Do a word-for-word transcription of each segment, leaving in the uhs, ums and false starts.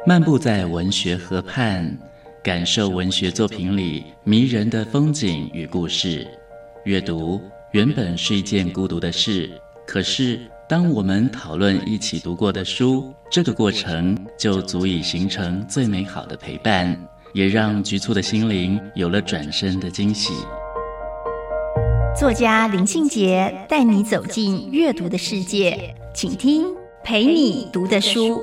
漫步在文学河畔，感受文学作品里迷人的风景与故事。阅读原本是一件孤独的事，可是当我们讨论一起读过的书，这个过程就足以形成最美好的陪伴，也让局促的心灵有了转身的惊喜。 作家林信杰带你走进阅读的世界，请听陪你读的书。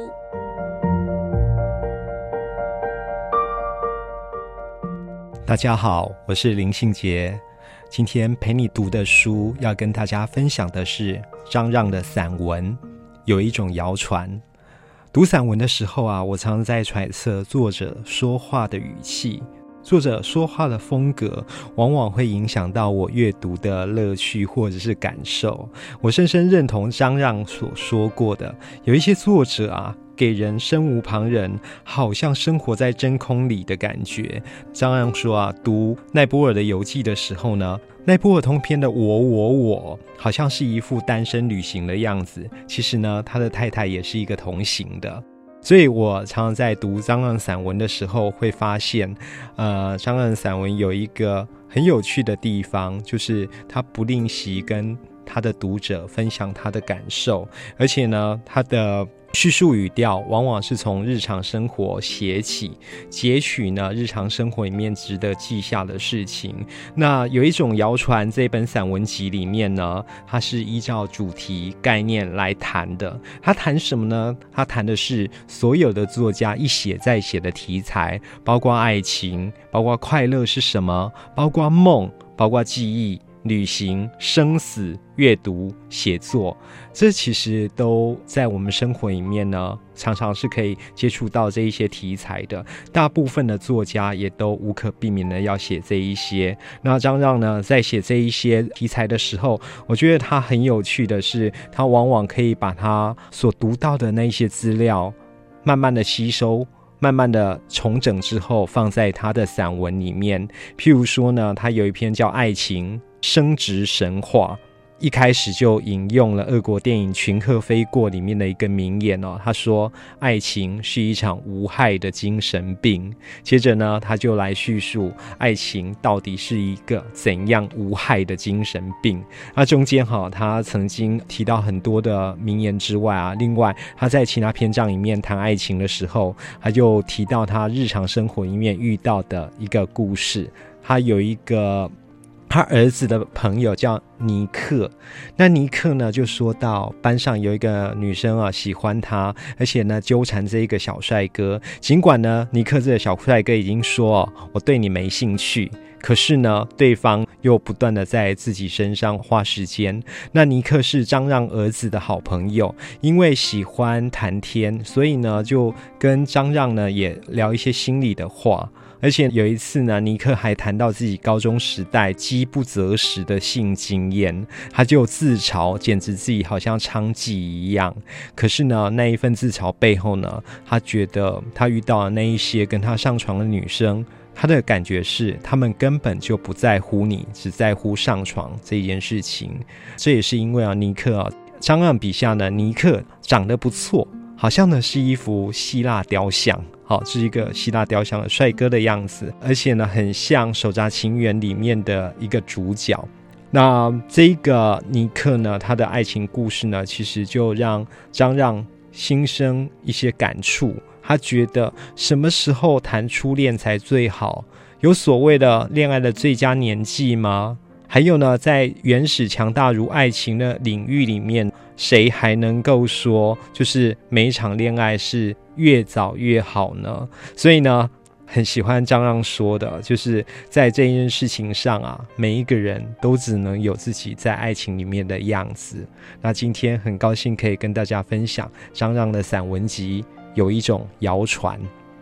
大家好，我是林信杰。今天陪你读的书要跟大家分享的是张让的散文《有一种谣传》。读散文的时候啊，我常在揣测作者说话的语气，作者说话的风格往往会影响到我阅读的乐趣或者是感受。我深深认同张让所说过的，有一些作者啊给人身无旁人，好像生活在真空里的感觉。张让说啊，读奈波尔的游记的时候呢，奈波尔通篇的我我我好像是一副单身旅行的样子，其实呢他的太太也是一个同行的。所以我常常在读张让散文的时候会发现呃，张让散文有一个很有趣的地方，就是他不吝惜跟他的读者分享他的感受，而且呢他的叙述语调往往是从日常生活写起，截取呢日常生活里面值得记下的事情。那有一种谣传，这本散文集里面呢，它是依照主题概念来谈的。它谈什么呢？它谈的是所有的作家一写再写的题材，包括爱情，包括快乐是什么，包括梦，包括记忆、旅行、生死、阅读、写作，这其实都在我们生活里面呢，常常是可以接触到这一些题材的。大部分的作家也都无可避免的要写这一些。那张让呢，在写这一些题材的时候，我觉得他很有趣的是，他往往可以把他所读到的那些资料慢慢的吸收，慢慢的重整之后放在他的散文里面。譬如说呢，他有一篇叫《爱情生殖神话》，一开始就引用了俄国电影《群鹤飞过》里面的一个名言哦，他说爱情是一场无害的精神病。接着呢，他就来叙述爱情到底是一个怎样无害的精神病。那中间哈，他曾经提到很多的名言之外啊，另外他在其他篇章里面谈爱情的时候，他就提到他日常生活里面遇到的一个故事。他有一个他儿子的朋友叫尼克，那尼克呢就说到班上有一个女生啊喜欢他，而且呢纠缠这一个小帅哥。尽管呢尼克这个小帅哥已经说、哦、我对你没兴趣，可是呢对方又不断的在自己身上花时间。那尼克是张让儿子的好朋友，因为喜欢谈天，所以呢就跟张让呢也聊一些心里的话。而且有一次呢，尼克还谈到自己高中时代饥不择食的性经验，他就自嘲，简直自己好像娼妓一样。可是呢，那一份自嘲背后呢，他觉得他遇到的那一些跟他上床的女生，他的感觉是他们根本就不在乎你，只在乎上床这件事情。这也是因为啊，尼克啊，张让笔下呢，尼克长得不错，好像呢是一幅希腊雕像。好，是一个希腊雕像的帅哥的样子，而且呢很像《手札情缘》里面的一个主角。那这个尼克呢，他的爱情故事呢，其实就让张让心生一些感触。他觉得什么时候谈初恋才最好？有所谓的恋爱的最佳年纪吗？还有呢，在原始强大如爱情的领域里面，谁还能够说就是每一场恋爱是越早越好呢？所以呢，很喜欢张让说的，就是在这件事情上啊，每一个人都只能有自己在爱情里面的样子。那今天很高兴可以跟大家分享张让的散文集《有一种谣传》。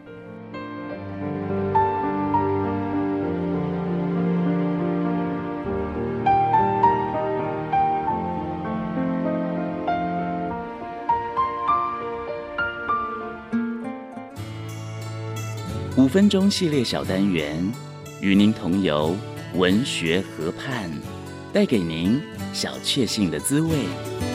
五分钟系列小单元，与您同游文学河畔，带给您小确幸的滋味。